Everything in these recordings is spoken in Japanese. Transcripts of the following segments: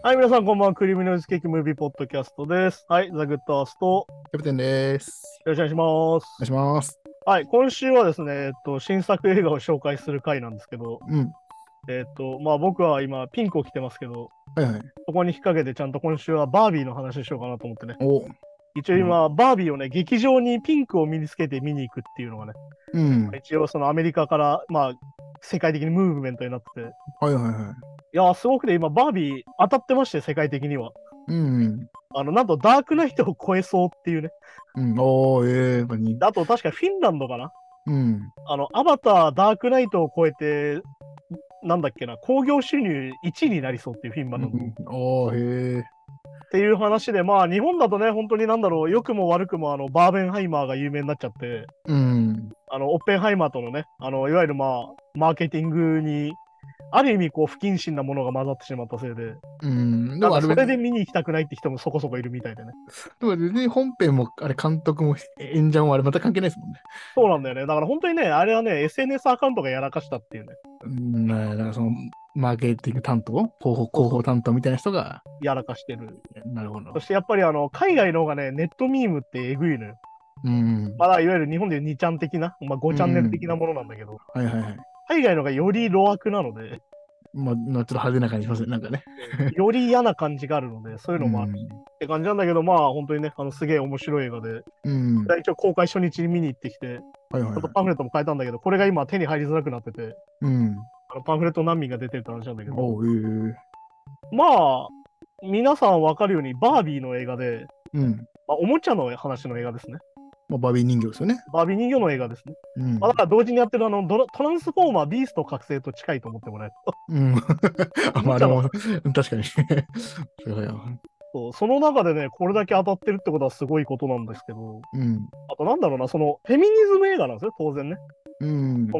はい、皆さんこんばんは。クリミナルズケーキムービーポッドキャストです。はい、ザ・グッドアースト、よキャプテンです。 ろしくお願いしまお願いしす。 ます。 はい、今週はですね、新作映画を紹介する回なんですけど、 うん。 僕は今ピンクを着てますけど、 はいはい。 そこに引っ掛けてちゃんと今週はバービーの話をしようかなと思ってね。 お、 一応今、 なるほど。 バービーをね、劇場にピンクを身につけて見に行くっていうのがね、 うん。 一応そのアメリカから、世界的にムーブメントになってて、 はいはいはい。 いやー、すごくね、今、バービー当たってまして、世界的には。 うん。 なんとダークナイトを超えそうっていうね。 うん。おー、何？ あと、確かフィンランドかな。 うん。 アバター、ダークナイトを超えて、なんだっけな、興行収入1位になりそうっていうフィンランドの。っうん。おー、へえ。 ていう話で、日本だとね、本当に良くも悪くも、バーベンハイマーが有名になっちゃって、 うん。 オッペンハイマーとのね、いわゆるマーケティングに、ある意味、こう、不謹慎なものが混ざってしまったせいで、 うん。でなんか、 もあれ別に、 それで見に行きたくないって人もそこそこいるみたいでね。 でも別に本編も、あれ監督も演者もあれまた関係ないですもんね。 そうなんだよね。だから本当にね、あれはね、SNS アカウントがやらかしたっていうね。 うん。だからその、マーケティング担当、広報そうそう。 担当みたいな人が、 やらかしてる。 なるほど。 そしてやっぱり海外の方がね、ネットミームってえぐいのよ。 うん。 いわゆる日本でいう2ちゃん的な、5チャンネルうん。 的なものなんだけど、 はいはいはい。 海外の方がより露悪なので、 まあ、ちょっと派手な感じしますね。なんかね。 より嫌な感じがあるので、そういうのもあるし。 うん。 って感じなんだけど、本当にね、すげえ面白い映画で、 うん。 一応公開初日に見に行ってきて、ちはいはいはい。 ょっとパンフレットも変えたんだけど、これが今手に入りづらくなってて、 うん。 パンフレット難民が出てるって話なんだけど、 おう、 まあ、皆さんわかるように、バービーの映画で、 うん。 おもちゃの話の映画ですね。 まあ、バービー人形ですよね。 バービー人形の映画ですね。だかうん。 ら同時にやってるトランスフォーマー、ビースト覚醒と近いと思ってもらえると。 うん。 おあ、まあ、あれも、 もちゃの話。 確かにそうや。 そう、その中でね、これだけ当たってるってことはすごいことなんですけど、 うん。 あとなんだろうな、そのフェミニズム映画なんですよ、当然ね。 うん。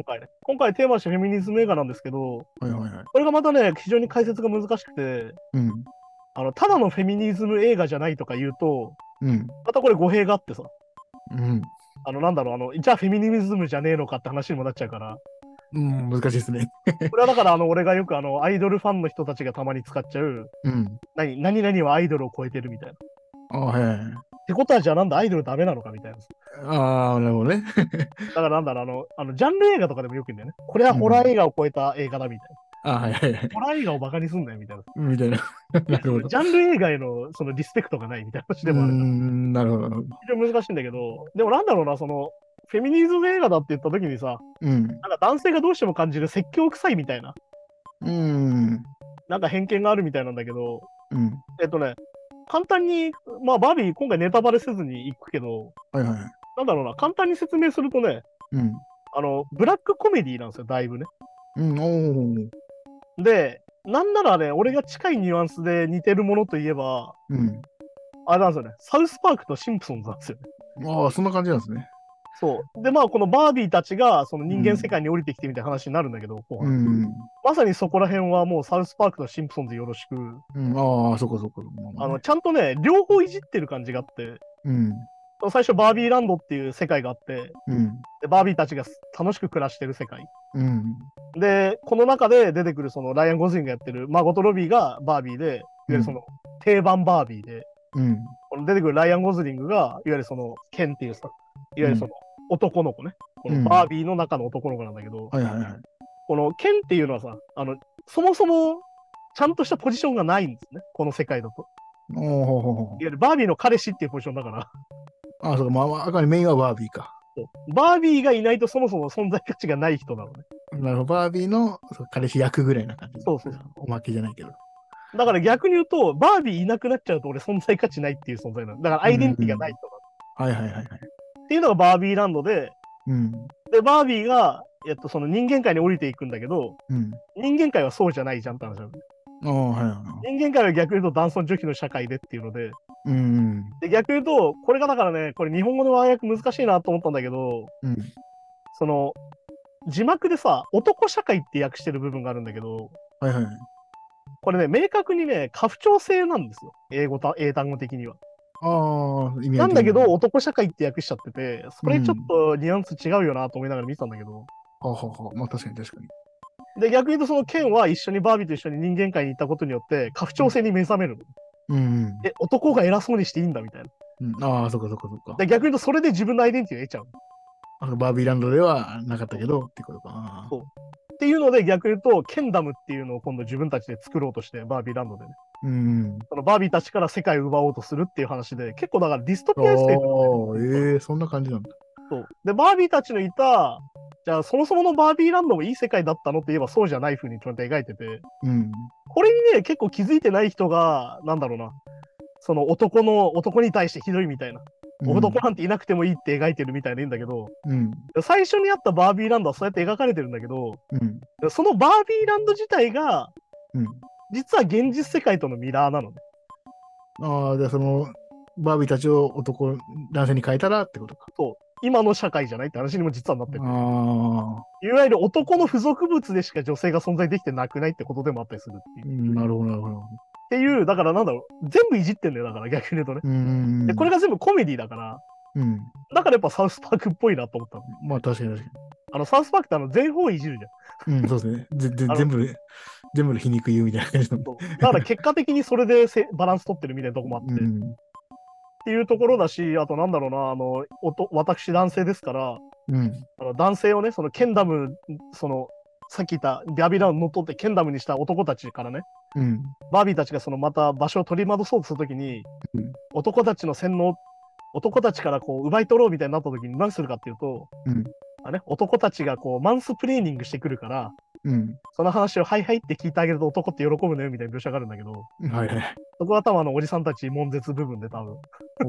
今回ね。今回テーマとしてフェミニズム映画なんですけど、 はいはいはい。 これがまたね、非常に解説が難しくて、 うん。 ただのフェミニズム映画じゃないとか言うと、 うん。 またこれ語弊があってさ、 うん。 じゃあフェミニズムじゃねえのかって話にもなっちゃうから、 うん。難しいですね。 これはだから俺がよくアイドルファンの人たちがたまに使っちゃう、 うん。 何々はアイドルを超えてるみたいな。っあ、はいはいはい。 てことはじゃあなんだアイドルダメなのかみたいな。 ああ、なるほどね。 だからなんだろう、ジャンル映画とかでもよく言うんだよね。これはホラーうん。 映画を超えた映画だみたいな。 あ、はいはいはい。 ホラー映画をバカにすんなよみたいな。 みたいな。 いや、 なるほど。 ジャンル映画へのそのリスペクトがないみたいな話うーでもあるから。 ん、なるほど。 非常に難しいんだけど、でもなんだろうな、フェミニズム映画だって言った時にさ、 うん。 なんか男性がどうしても感じる説教臭いみたいな、 うん。 なんか偏見があるみたいなんだけど、 うん。 えっとね、簡単に、バービー今回ネタバレせずに行くけど、 はいはいはい。 なんだろうな、簡単に説明するとね、 うん。 ブラックコメディなんですよ、だいぶね。 うん。おー。 で、なんならね、俺が近いニュアンスで似てるものといえば、 うん。 あれなんですよね、サウスパークとシンプソンズなんですよね。 ああ、そんな感じなんですね。 そう。で、このバービーたちが、その人間世うん。 界に降りてきてみたいな話になるんだけど、後半。 うん。 まさにそこら辺はもうサウスパークとシンプソンズよろしく、 うん。ああ、そこそこ。まあまあね。 ちゃんとね、両方いじってる感じがあって、 うん。 最初バービーランドっていう世界があって、 うん。 でバービーたちが楽しく暮らしてる世界。 うん。 で、この中で出てくるそのライアン・ゴズリンがやってるマーゴット・ロビーがバービーで、いわゆるその定番バービーで、 うん。 この出てくるライアン・ゴズリングが、いわゆるそのケンっていうさ、いわゆるその男の子ね、このバーうん。 ビーの中の男の子なんだけど、 はいはいはい。 このケンっていうのはさ、そもそもちゃんとしたポジションがないんですね、この世界だと。 おおほほほ。 いわゆるバービーの彼氏っていうポジションだから、 ああ、そうか。まあ、あかりメインはバービーか。 バービーがいないとそもそも存在価値がない人なのね。 なるほど。バービーのそう彼氏役ぐらいな感じ。 そうそうそおまけじゃないけど。 う。だから逆に言うと、バービーいなくなっちゃうと俺存在価値ないっていう存在なの。だからアうイデンティティがないん。 人なの。 はいはいはいはい。 っていうのがバービーランドで、 うん。 で、バービーが、その人間界に降りていくんだけど、 うん。 人間界はそうじゃないじゃんって話なの。 ああ、はいはいはい。 人間界は逆に言うと男尊女卑の社会でっていうので、 うん。 で逆に言うと、これがだからね、これ日本語の和訳難しいなと思ったんだけど、 うん。 その、字幕でさ、男社会って訳してる部分があるんだけど、 はいはい。 これね、明確にね、家父長制なんですよ。英単語的には。 ああ、意味合い的には。 なんだけど、男社会って訳しちゃってて、それちょっうん。 とニュアンス違うよなと思いながら見てたんだけど、 はあはあはあ。まあ確かに確かに。 で、逆に言うとそのケンは一緒にバービーと一緒に人間界に行ったことによって、家父長制に目覚めるの。 うん。 男が偉そうにしていいんだみたいな。 ああ、そっかそっかそっか。 で、逆に言うとそれで自分のアイデンティティを得ちゃう。 バービーランドではなかったけど、ってことか。 そうっていうので、逆に言うと、ケンダムっていうのを今度自分たちで作ろうとして、バービーランドでね。そのバービーたちから世界を奪おうとするっていう話で、結構だからディストピア SF そんな感じなんだ。 そう。で、バービーたちのいた、じゃあそもそものバービーランドもいい世界だったのって言えばそうじゃない風にちゃんと描いてて、これにね、結構気づいてない人が、なんだろうな、その男に対してひどいみたいな。男なんていなくてもいいって描いてるみたいな言うんだけど、最初にあったバービーランドはそうやって描かれてるんだけど、そのバービーランド自体が、実は現実世界とのミラーなのね。 じゃあその、バービーたちを男性に変えたらってことか。 そう。今の社会じゃないって話にも実はなってて。いわゆる男の付属物でしか女性が存在できてなくないってことでもあったりするっていう。 なるほど、なるほど。 っていう、だからなんだろう、全部いじってんだよ、だから逆に言うとね。で、これが全部コメディだから、だからやっぱサウスパークっぽいなと思ったの。 まあ確かに確かに。サウスパークって全方位いじるじゃん。そうですね。全部の皮肉言うみたいな感じだから結果的にそれでバランス取ってるみたいなとこもあって。っていうところだし、あとなんだろうな、私男性ですから、男性をね、そのケンダム、さっき言ったバービーランドに乗っ取ってケンダムにした男たちからね、バービーたちがまた場所を取り戻そうとするときに、男たちの洗脳、男たちからこう奪い取ろうみたいになったときに何するかっていうと、男たちがこうマンスプレーニングしてくるから、その話をはいはいって聞いてあげると男って喜ぶのよみたいな描写があるんだけど、そこは多分おじさんたち悶絶部分で多分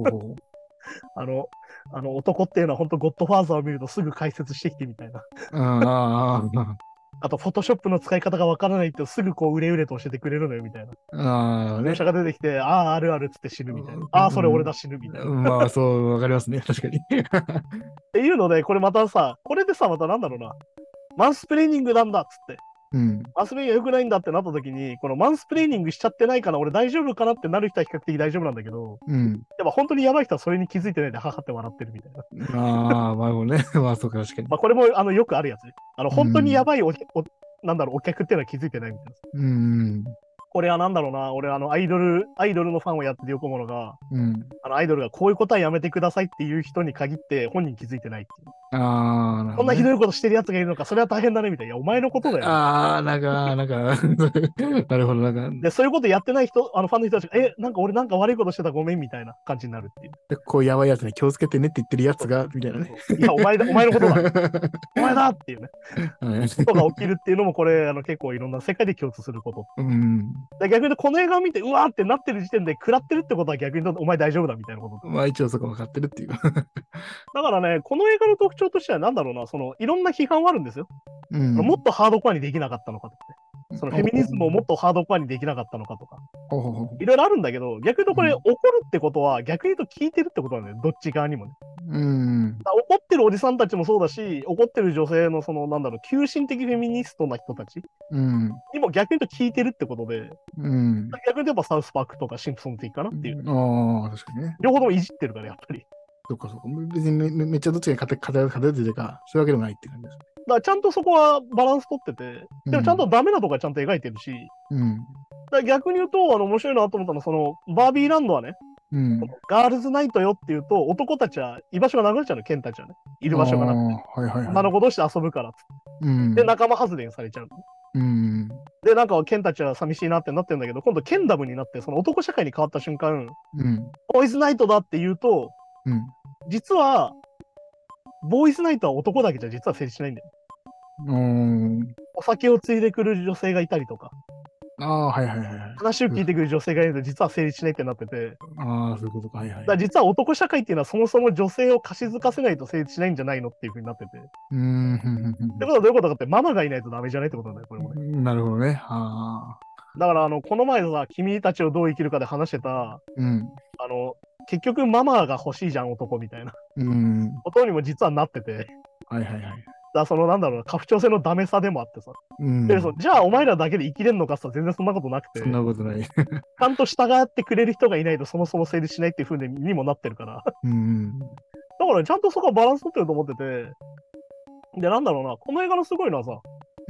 男っていうのは本当ゴッドファーザーを見るとすぐ解説してきてみたいな。あと、フォトショップの使い方がわからないってすぐこう、うれうれと教えてくれるのよみたいな。描写が出てきて、ああ、あるあるっつって死ぬみたいな。ああ、それ俺だ死ぬみたいな。 まあ、そう、わかりますね。確かに。 っていうので、これまたさ、これでさ、またなんだろうな。マンスプレーニングなんだっつって。マンスプレーニング良くないんだってなった時に、このマンスプレーニングしちゃってないから俺大丈夫かなってなる人は比較的大丈夫なんだけど、やっぱ本当にやばい人はそれに気づいてないで、ははって笑ってるみたいな。 まあね。まあそうか、確かに。 まあこれもよくあるやつね。本当にやばいなんだろう、お客っていうのは気づいてないみたいな。これはなんだろうな、俺アイドルのファンをやっててよく思うのが、アイドルがこういうことはやめてくださいっていう人に限って本人気づいてないっていう。こんなひどいことしてるやつがいるのか、それは大変だねみたいな。いや、お前のことだよ。 なんか、なるほど、なんか。 で、そういうことやってない人、ファンの人たちが、なんか俺なんか悪いことしてたごめんみたいな感じになるっていう。 でこうやばいやつに気をつけてねって言ってるやつが、みたいなね。 いや、お前のことだ。お前だっていうね。ことが起きるっていうのも、これ、結構いろんな世界で共通すること。で逆にこの映画を見て、うわーってなってる時点で、食らってるってことは逆にお前大丈夫だみたいなこと。 まあ一応そこ分かってるっていう。 だからね、この映画の特徴としては、なんだろうな、いろんな批判はあるんですよ。もっとハードコアにできなかったのかとかね。フェミニズムをもっとハードコアにできなかったのかとか。いろいろあるんだけど、逆に言うとこれ、怒るってことは、逆に言うと聞いてるってことなんだよ、どっち側にもね。怒ってるおじさんたちもそうだし、怒ってる女性のなんだろう、急進的フェミニストな人たちにも逆に言うと聞いてるってことで、逆に言うとやっぱサウスパークとかシンプソン的かなっていう。 確かにね。 両方ともいじってるから、やっぱり。 そうか。別にめっちゃどっちが偏ってるというか、そういうわけでもないって感じです。 だからちゃんとそこはバランス取ってて、でもちゃんとダメなとこはちゃんと描いてるし、だ逆に言うと、面白いなと思ったのは、バービーランドはね、ガールズナイトよっていうと、男たちは居場所がなくなっちゃうの、ケンたちはね。いる場所がなくて。女の子同士で遊ぶからっつって。で、仲間外れにされちゃうの。で、なんか、ケンたちは寂しいなってなってるんだけど、今度、ケンダムになって、その男社会に変わった瞬間、ボーイズナイトだって言うと、実は、ボーイズナイトは男だけじゃ実は成立しないんだよ。お酒をついでくる女性がいたりとか。話を聞いてくる女性がいると実は成立しないってなってて。 そういうことか。 だから実は男社会っていうのはそもそも女性を貸し付かせないと成立しないんじゃないのっていう風になってて。ってことはどういうことかって、ママがいないとダメじゃないってことなんだよ、これもね。 なるほどね。 だからこの前さ、君たちをどう生きるかで話してた、結局ママが欲しいじゃん、男みたいな。ことにも実はなってて。だなんだろうな、家父長制のダメさでもあってさ。じゃあお前らだけで生きれんのかさ、全然そんなことなくて。 そんなことない。 ちゃんと従ってくれる人がいないとそもそも成立しないっていう風にもなってるから。だからね、ちゃんとそこはバランス取ってると思ってて。で、なんだろうな、この映画のすごいのはさ、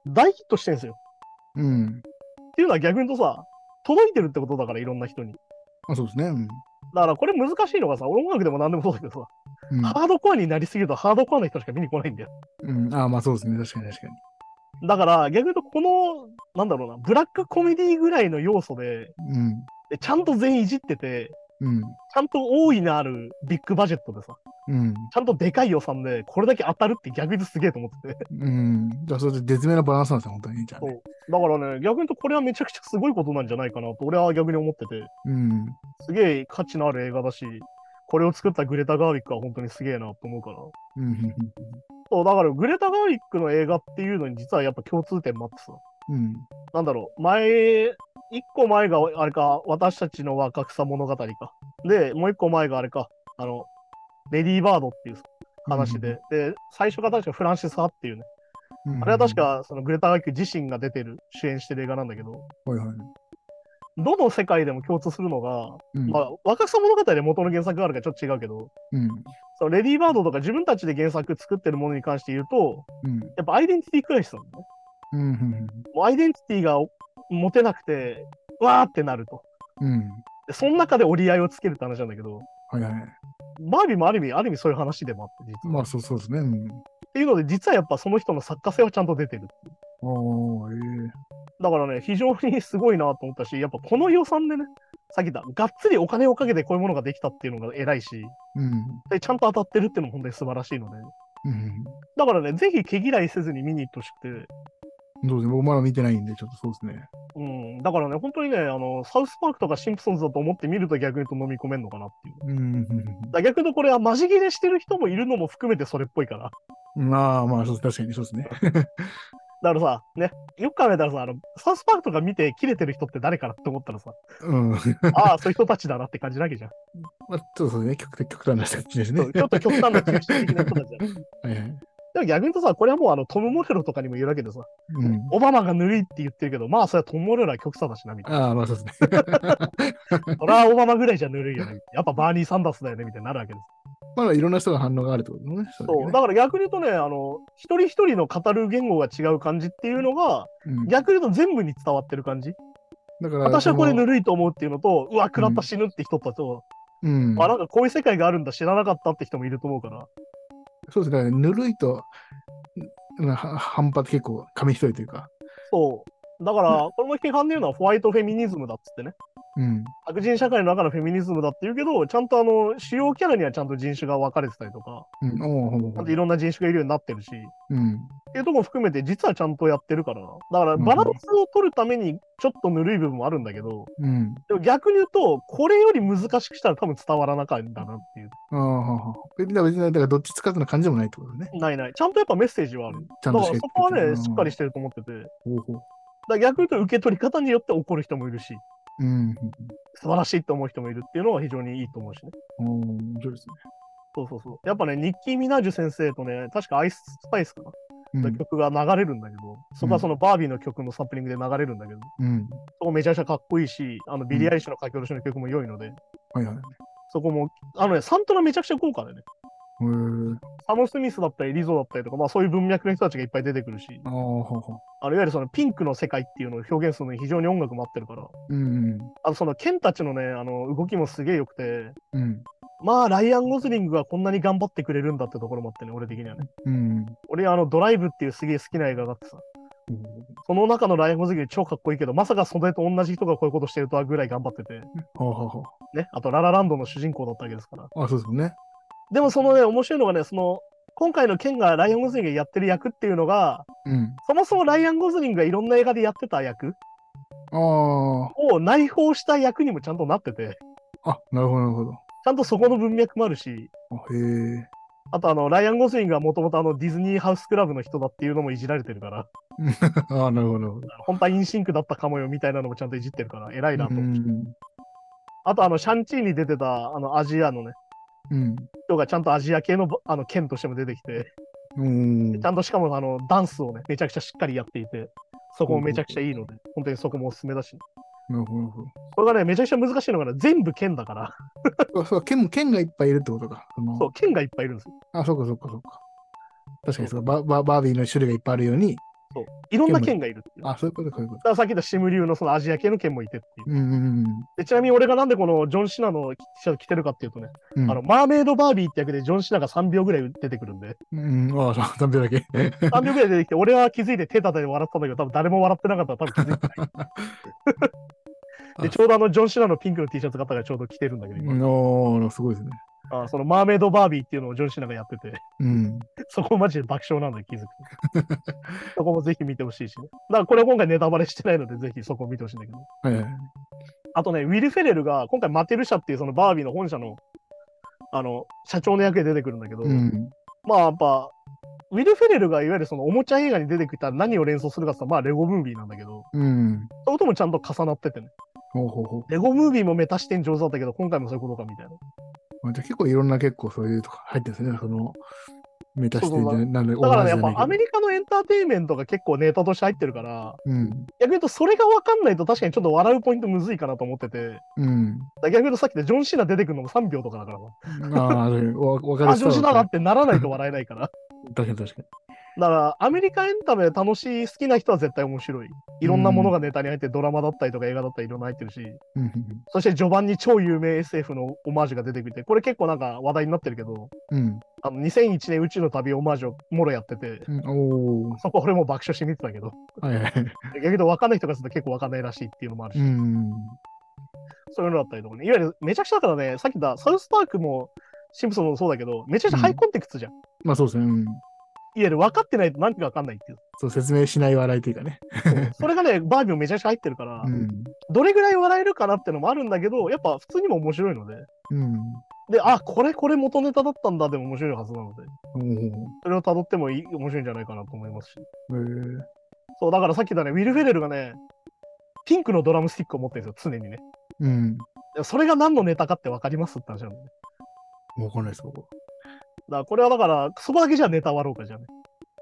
大ヒットしてるんですよ。 うん。 っていうのは逆に言うとさ、届いてるってことだから、いろんな人に。 そうですね。うん。 だからこれ難しいのがさ、音楽でも何でもそうだけどさ、 うん、 ハードコアになりすぎるとハードコアの人しか見に来ないんだよ。 うん。ああ、まあそうですね。確かに確かに。 だから逆に言うと、この、なんだろうな、ブラックコメディぐらいの要素で、 うん。 ちゃんと全員いじってて、 うん。 ちゃんと大いなあるビッグバジェットでさ、 うん。 ちゃんとでかい予算でこれだけ当たるって逆にすげえと思ってて。 うん。じゃあ、それで絶妙なバランスなんですよ、本当に。じゃあね。 そう。だからね、逆に言うとこれはめちゃくちゃすごいことなんじゃないかなと、俺は逆に思ってて、 うん。 すげえ価値のある映画だし、これを作ったグレタ・ガーウィックは本当にすげえなと思うから。 うん。 そう、だからグレタ・ガーウィックの映画っていうのに実はやっぱ共通点もあってさ、 うん。 なんだろう、一個前があれか、私たちの若草物語か。で、もう一個前があれか、あの、レディーバードっていう話で、で、最初が確かフランシス・ハっていうね、 うん。 あれは確かそのグレタ・ガーウィック自身が出てる、主演してる映画なんだけど、 はいはい。 どの世界でも共通するのが、 うん。 まあ、若草物語で元の原作があるからちょっと違うけど、 うん。 そのレディーバードとか自分たちで原作作ってるものに関して言うと、 うん。 やっぱアイデンティティクライシスなんだね。 うん。 もうアイデンティティが持てなくて、わーってなると。 うん。 で、その中で折り合いをつけるって話なんだけど、 はいはい。 バービーもある意味そういう話でもあって、実は。 まあそうですね。うん。 っていうので、実はやっぱその人の作家性はちゃんと出てる。 ああ、 だからね、非常にすごいなと思ったし、やっぱこの予算でね、さっき言った、がっつりお金をかけてこういうものができたっていうのが偉いし、 うん。 でちゃんと当たってるっていうのも本当に素晴らしいので、 うん。 だからね、ぜひ毛嫌いせずに見に行ってほしくて、 そうですね。僕まだ見てないんで、ちょっとそうですね。 うん、だからね、本当にね、サウスパークとかシンプソンズだと思って見ると逆に言うと飲み込めるのかなっていう。 うん。 だ逆に言うとこれはマジ切れしてる人もいるのも含めてそれっぽいから。 まあまあ、確かにそうですね。 だからさ、ね、よく考えたらさ、サウスパークとか見て切れてる人って誰かなって思ったらさ、 うん。 ああ、そういう人たちだなって感じなわけじゃん。 まあ、そうですね。極端な人たちですね。 そうちょっと極端な中心的な人たちだ。 はいはい。 でも逆に言うとさ、これはもうトム・モレロとかにも言うわけでさ、 うん。 オバマがぬるいって言ってるけど、まあそれはトム・モレロは極左だしな、みたいな。 ああ、まあそうですね。 それはオバマぐらいじゃぬるいよね。やっぱバーニー・サンダースだよね、みたいになるわけです。 まだいろんな人が反応があるってことね。 そう。だから逆に言うとね、一人一人の語る言語が違う感じっていうのが、 うん、 逆に言うと全部に伝わってる感じ。 だから、 私はこれぬるいと思うっていうのと、うわ、食らった死ぬって人と、 うん、 あ、なんかこういう世界があるんだ、知らなかったって人もいると思うから。 そうですね。ぬるいと、反発結構紙一重というか。 そう。だから、これも批判で言うのはホワイトフェミニズムだっつってね。 うん。 白人社会の中のフェミニズムだって言うけど、ちゃんと主要キャラにはちゃんと人種が分かれてたりとか、 うん。おお、ほちゃんといろんな人種がいるようになってるし、 うん。 っていうところも含めて実はちゃんとやってるから、だからバランスを取るためにちょっとぬるい部分もあるんだけど、 うん。 でも逆に言うと、これより難しくしたら多分伝わらなかったんだなっていう。 ああ、別に、だからどっちつかずな感じでもないってことね。 ないない。ちゃんとやっぱメッセージはある。 ちゃんとしだからそこはね、 てる。 しっかりしてると思ってて。 ほうほう。 だ逆に言うと受け取り方によって怒る人もいるし、 うん。 素晴らしいと思う人もいるっていうのは非常にいいと思うしね。 そうですね。 そうそうそう。やっぱね、ニッキー・ミナージュ先生とね、確かアイススパイスかな、の曲が流れるんだけど、そこはそのバービーの曲のサンプリングで流れるんだけど、そこめちゃくちゃかっこいいし、ビリー・アイリッシュの書き下ろしの曲も良いので、 はいはい。 そこも、サントラめちゃくちゃ豪華でね。サム・スミスだったり、リゾだったりとか、まあそういう文脈の人たちがいっぱい出てくるし、いわゆるそのピンクの世界っていうのを表現するのに非常に音楽も合ってるから、そのケンたちのね、動きもすげえ良くて、まあ、ライアン・ゴズリングがこんなに頑張ってくれるんだってところもあってね、俺的にはね。俺、ドライブっていうすげえ好きな映画があってさ、その中のライアン・ゴズリング超かっこいいけど、まさかそれと同じ人がこういうことしてるとはぐらい頑張ってて、ね、あとララランドの主人公だったわけですから。 あ、そうですね。 でもそのね、面白いのがね、今回のケンがライアン・ゴズリングがやってる役っていうのが、そもそもライアン・ゴズリングがいろんな映画でやってた役を内包した役にもちゃんとなってて。 あ、なるほど、なるほど。 ちゃんとそこの文脈もあるし、あとライアン・ゴズリングがもともとディズニーハウスクラブの人だっていうのもいじられてるから。 ああ、なるほど。 本当はインシンクだったかもよみたいなのもちゃんといじってるから、偉いなと思って。あとシャンチーに出てたアジアのね、人がちゃんとアジア系の剣としても出てきて、ちゃんとしかもダンスをね、めちゃくちゃしっかりやっていて、そこもめちゃくちゃいいので、本当にそこもおすすめだし、ね。 なるほど。 これがね、めちゃくちゃ難しいのがね、全部剣だから。 そう、剣がいっぱいいるってことか。 そう、剣がいっぱいいるんですよ。 あ、そうか。確かにそう、バービーの種類がいっぱいあるように、 そう。いろんな剣がいるっていう。 あ、そういうこと、そういうこと。 だからさっき言ったシム流のそのアジア系の剣もいてっていう。 うんうんでちなみに俺がなんでこのジョン・シナの T シャツ着てるかっていうとね、 うん。 マーメイド・バービーって役でジョン・シナが3秒ぐらい出てくるんで、 ああ、そう、3秒だけ。 3秒ぐらい出てきて、俺は気づいて手叩いて笑ったんだけど、多分誰も笑ってなかったら多分気づいてない。で、ちょうどジョン・シナのピンクの T シャツ型がちょうど着てるんだけど、今。 すごいですね。 そのマーメイド・バービーっていうのをジョン・シナがやってて、 うん。 そこマジで爆笑なんで気づく。そこもぜひ見てほしいしね。だからこれ今回ネタバレしてないので、ぜひそこを見てほしいんだけど。 はいはい。 あとね、ウィル・フェレルが今回マテル社っていうそのバービーの本社の社長の役で出てくるんだけど、まあやっぱ、ウィル・フェレルがいわゆるそのおもちゃ映画に出てきたら何を連想するかって言ったら、まあレゴムービーなんだけど、そういうこともちゃんと重なっててね。レゴムービーもメタ視点上手だったけど、今回もそういうことかみたいな。 じゃ結構いろんなそういうとこ入ってるんですね。そのメタ視点でなんでだからね、やっぱアメリカのエンターテインメントが結構ネタとして入ってるから、逆に言うとそれが分かんないと確かにちょっと笑うポイントむずいかなと思ってて、逆に言うとさっきでジョン・シーナ出てくるのも3秒とかだからな。 分かる。 ジョン・シーナだってならないと笑えないから。 確かに確かに。 だからアメリカエンタメ楽しい好きな人は絶対面白い。いろんなものがネタに入ってドラマだったりとか映画だったりいろんな入ってるし、そして序盤に超有名 SF のオマージュが出てきて、これ結構なんか話題になってるけど、2001年宇宙の旅オマージュをもろやってて、そこ俺も爆笑して見てたけど、逆に分かんない人がすると結構分かんないらしいっていうのもあるし、そういうのだったりとかね、いわゆるめちゃくちゃだからね、さっき言ったサウスパークもシンプソンもそうだけど、めちゃくちゃハイコンテクストじゃん。 まあそうですね。 いわゆる分かってないと何か分かんないっていう。 そう、説明しない笑いというかね。 それがね、バービーもめちゃくちゃ入ってるから、どれぐらい笑えるかなってのもあるんだけど、やっぱ普通にも面白いので。で、これ元ネタだったんだでも面白いはずなので、それを辿っても面白いんじゃないかなと思いますし。そう、だからさっき言ったね、ウィル・フェレルがね、ピンクのドラムスティックを持ってるんですよ、常にね。それが何のネタかって分かりますって話なんで。 分かんないです、僕。 これはだから、そこだけじゃネタ割ろうかじゃね。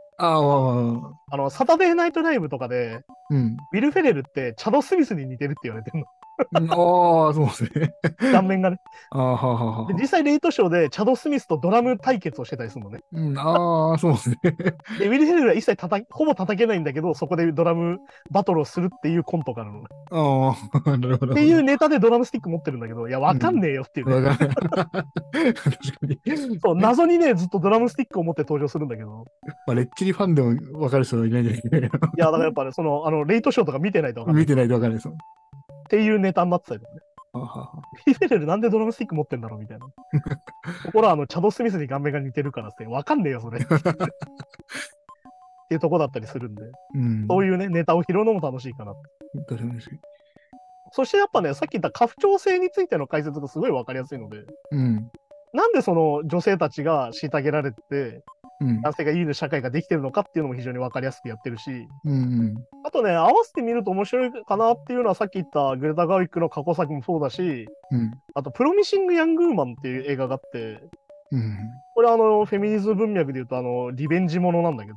サタデーナイトライブとかで、ウィル・フェレルってチャド・スミスに似てるって言われてるの。 そうですね。 顔面がね。で実際、レイトショーでチャド・スミスとドラム対決をしてたりするのね。 そうですね。 で、ウィル・フェレルは一切ほぼ叩けないんだけど、そこでドラムバトルをするっていうコントがあるのね。 なるほど。 っていうネタでドラムスティック持ってるんだけど、いや、わかんねえよっていうね。確かに。そう、謎にね、ずっとドラムスティックを持って登場するんだけど。 レッチリファンでも分かる人はいないんじゃないか。 いや、だからやっぱね、レイトショーとか見てないと分かんない。 見てないと分かんないです。 っていうネタになってたりとかね。フィフェレルなんでドラムスティック持ってんだろうみたいな。ところはチャド・スミスに顔面が似てるからってわかんねえよ、それ。っていうとこだったりするんで、そういうね、ネタを拾うのも楽しいかな。そしてやっぱね、さっき言った家父長制についての解説がすごいわかりやすいので、なんでその女性たちが虐げられて、男性が有利な社会ができてるのかっていうのも非常に分かりやすくやってるし、あとね、合わせてみると面白いかなっていうのはさっき言ったグレタ・ガーウィックの過去作もそうだし、あとプロミシング・ヤング・ウーマンっていう映画があって、これはフェミニズム文脈で言うとリベンジものなんだけど、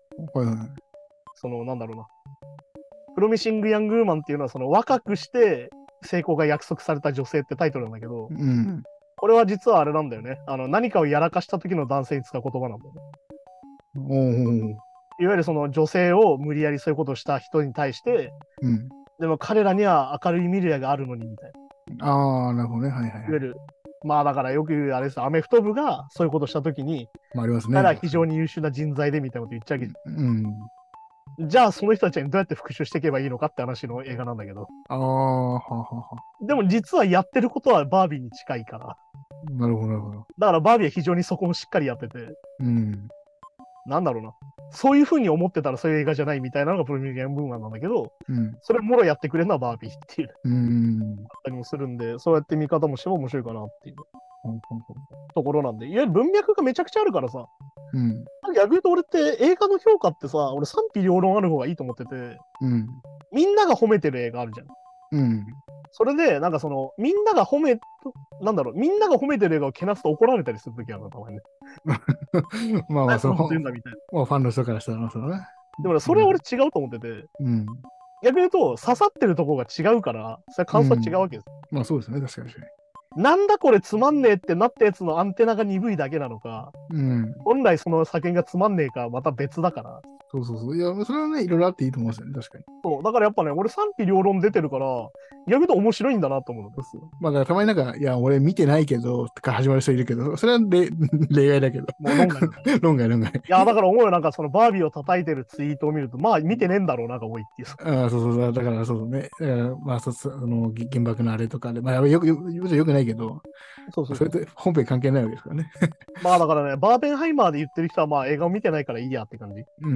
なんだろうな。プロミシング・ヤング・ウーマンっていうのは若くして成功が約束された女性ってタイトルなんだけど、これは実はあれなんだよね。何かをやらかした時の男性に使う言葉なんだよね。いわゆるその女性を無理やりそういうことをした人に対して、でも彼らには明るい未来があるのにみたいな。なるほどね。はいはい。いわゆる、まあだからよく言うあれです、アメフト部がそういうことをした時に、 ありますね。 彼ら非常に優秀な人材でみたいなこと言っちゃうけど、じゃあその人たちにどうやって復讐していけばいいのかって話の映画なんだけど。でも実はやってることはバービーに近いから。 なるほど、なるほど。 だからバービーは非常にそこもしっかりやってて。なんだろうな。そういうふうに思ってたらそういう映画じゃないみたいなのがプロミシング・ヤング・ウーマンなんだけど、それもろやってくれるのはバービーっていう。あったりもするんで、そうやって見方もしても面白いかなっていうところなんで、いわゆる文脈がめちゃくちゃあるからさ。逆に言うと俺って映画の評価ってさ、俺賛否両論ある方がいいと思ってて、みんなが褒めてる映画あるじゃん。それで、なんかみんなが褒めてる映画をけなすと怒られたりするときあるの、たまにね。 まあ、ファンの人からしたらね。 でもそれは俺違うと思ってて、逆に言うと刺さってるところが違うから、それ感想は違うわけです。 まあそうですね、確かに。 なんだこれつまんねえってなったやつのアンテナが鈍いだけなのか、本来その作品がつまんねえかまた別だから。 そうそうそう。いや、それはね、いろいろあっていいと思いますよね、確かに。 そう。だからやっぱね、俺賛否両論出てるから、逆に言うと面白いんだなと思うのね。 そうそう。まあ、だからたまになんか、いや、俺見てないけど、とか始まる人いるけど、それは例外だけど。 もう論外。 論外。 いや、だから思うよ、なんかそのバービーを叩いてるツイートを見ると、まあ見てねえんだろうなが多いっていう。 ああ、そうそうそう。だから、そうそうね。だから、まあ、原爆のあれとかで、まあ、よくないけど、 そうそうそう。 それと本編関係ないわけですからね。 まあだからね、バーベンハイマーで言ってる人はまあ映画を見てないからいいやって感じ。 うん。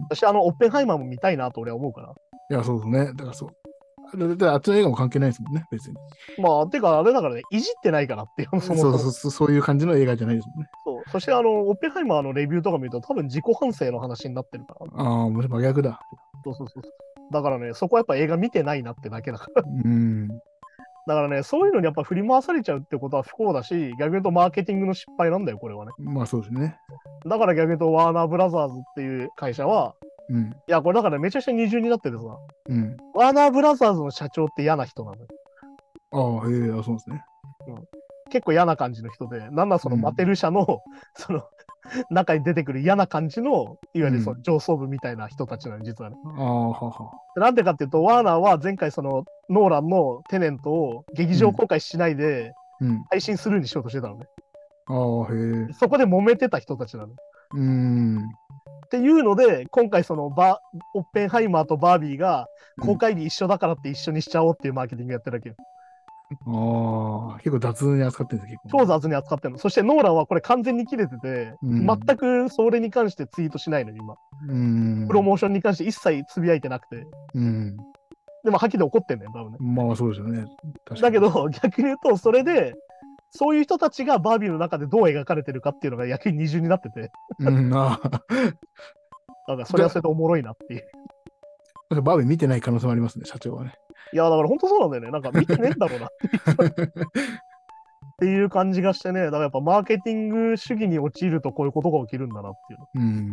私、オッペンハイマーも見たいなと俺は思うから。 いや、そうですね。だからそう。あっちの映画も関係ないですもんね、別に。 まあ、てかあれだからね、いじってないからっていう、そもそも。 そういう感じの映画じゃないですもんね。 そう。そしてオッペンハイマーのレビューとか見ると多分自己反省の話になってるから。 ああ、もし真逆だ。 そうそうそう。だからね、そこはやっぱ映画見てないなってだけだから。 うん。 だからね、そういうのにやっぱ振り回されちゃうってことは不幸だし、逆に言うとマーケティングの失敗なんだよ、これはね。 まあそうですね。 だから逆に言うとワーナーブラザーズっていう会社は、 うん。 いや、これだからめちゃくちゃ二重になっててさ、 うん。 ワーナーブラザーズの社長って嫌な人なのよ。 ああ、へえ、そうですね。 うん、結構嫌な感じの人で、なんだそのマテル社の、その中に出てくる嫌な感じの、いわゆるその上層部みたいな人たちなの、実はね。 ああ、はは。 なんでかっていうと、ワーナーは前回そのノーランのテネントを劇場公開しないで配信するにしようとしてたのね。 ああ、へえ。 そこで揉めてた人たちなの。っていうので、今回そのオッペンハイマーとバービーが公開日一緒だからって一緒にしちゃおうっていうマーケティングやってるわけよ。 ああ、結構雑に扱ってるんです結構。 超雑に扱ってるの。そしてノーランはこれ完全に切れてて、全くそれに関してツイートしないの、今。プロモーションに関して一切つぶやいてなくて。でも、覇気で怒ってんだよ、多分ね。 まあそうですよね。 だけど、逆に言うと、それで、そういう人たちがバービーの中でどう描かれてるかっていうのが逆に二重になってて。だからそれはそれでおもろいなっていう。 バービー見てない可能性もありますね、社長はね。 いや、だから本当そうなんだよね。なんか見てねえんだろうなっていう感じがしてね。だからやっぱマーケティング主義に陥るとこういうことが起きるんだなっていう。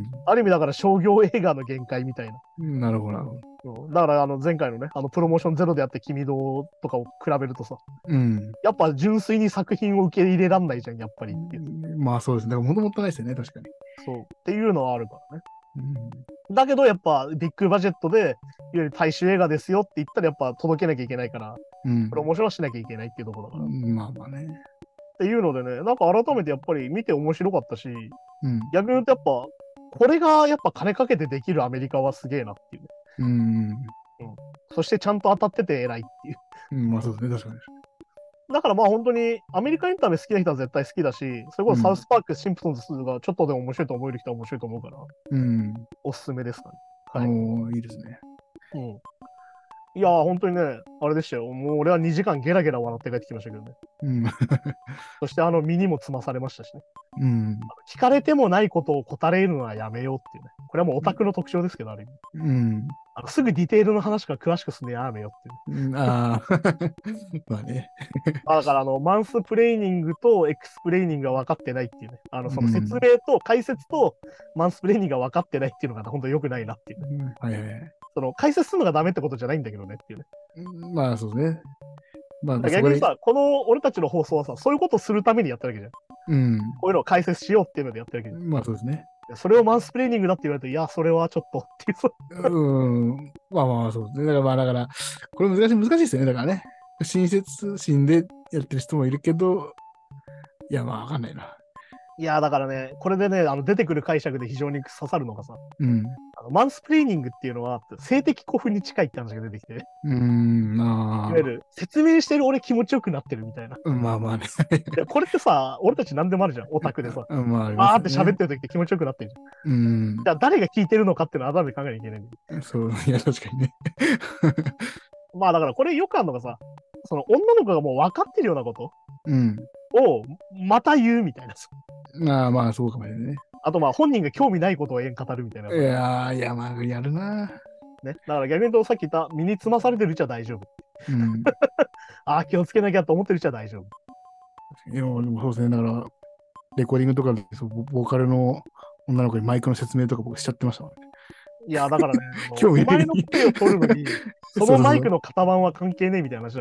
ある意味だから商業映画の限界みたいな。 なるほど。だから前回のね、プロモーションゼロでやって君どうとかを比べるとさ、やっぱ純粋に作品を受け入れらんないじゃん、やっぱりっていう。 まあそうですね。だからもともとないですよね、確かに。 そう。っていうのはあるからね。だけどやっぱビッグバジェットで、いわゆる大衆映画ですよって言ったらやっぱ届けなきゃいけないから、プロモーションはしなきゃいけないっていうところだから。 まあまあね。 っていうのでね、なんか改めてやっぱり見て面白かったし、逆に言うとやっぱ、これがやっぱ金かけてできるアメリカはすげえなっていうね。そしてちゃんと当たってて偉いっていう。 まあそうですね、確かに。 だからまあ本当にアメリカエンタメ好きな人は絶対好きだし、それこそサウスパーク、シンプソンズがちょっとでも面白いと思える人は面白いと思うから、おすすめですかね。 はい。いいですね。 いやー、本当にね、あれでしたよ。もう俺は2時間ゲラゲラ笑って帰ってきましたけどね。そして身にもつまされましたしね。聞かれてもないことを答えるのはやめようっていうね。これはもうオタクの特徴ですけど、ある意味。すぐディテールの話から詳しくすんのやめようっていう。 まあね。 だからマンスプレーニングとエクスプレーニングが分かってないっていうね。その説明と解説とマンスプレーニングが分かってないっていうのが本当に良くないなっていうね。その解説するのがダメってことじゃないんだけどねっていうね。 まあそうですね。まあ逆にさ、この俺たちの放送はさ、そういうことをするためにやってるわけじゃん。こういうのを解説しようっていうのでやってるわけじゃん。 まあそうですね。 それをマンスプレーニングだって言われると、いや、それはちょっとっていう。 まあまあそうですね。だから、これ難しいですよね。だからね。親切心でやってる人もいるけど、いやまあわかんないな。 いやだからね、これでね、出てくる解釈で非常に刺さるのがさ、マンスプレーニングっていうのは性的古墳に近いって話が出てきて、いわゆる説明してる俺気持ちよくなってるみたいな。 まあまあね。 これってさ、俺たち何でもあるじゃん、オタクでさ。 あーって喋ってる時って気持ちよくなってるじゃん。じゃあ誰が聞いてるのかっていうのを改めて考えなきゃいけないんだよ。 そう、いや確かにね。 まあだからこれよくあるのがさ、その女の子がもう分かってるようなことをまた言うみたいなさ。 まあそうかもしれないね。 あとまあ本人が興味ないことを語るみたいな。 いやまあやるな。 ね、だから逆に言うとさっき言った身につまされてるうちは大丈夫。気をつけなきゃと思ってるうちは大丈夫。 いやでもそうですね。だからレコーディングとかでボーカルの女の子にマイクの説明とか僕しちゃってましたもんね。 いやだからね、お前の声を取るのにそのマイクの型番は関係ねえみたいな話だから。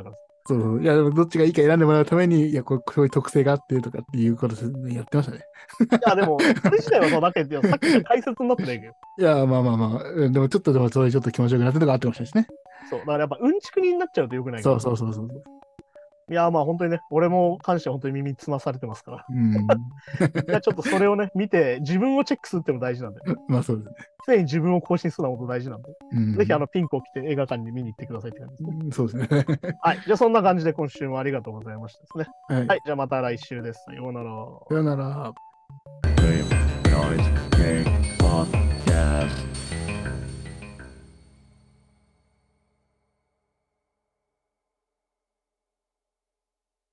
そう。いや、でもどっちがいいか選んでもらうために、いや、こういう特性があってとかっていうことやってましたね。 いや、でも、それ自体はそうだけど、さっきじゃ解説になってないけど。 いや、まあまあまあ、でもちょっとでもそれちょっと気持ちよくなってるのがあってましたしね。 そう。だからやっぱうんちくになっちゃうとよくないから。 そうそうそうそう。 いや、まあ本当にね、俺も関しては本当に耳つまされてますから。 うん。 いや、ちょっとそれをね、見て、自分をチェックするっても大事なんで。 まあそうですね。 常に自分を更新するのは本当大事なんで。 うん。 ぜひピンクを着て映画館に見に行ってくださいって感じですね。 そうですね。 はい。じゃあそんな感じで今週もありがとうございましたですね。 はい。 はい。じゃあまた来週です。さようなら。 さよなら。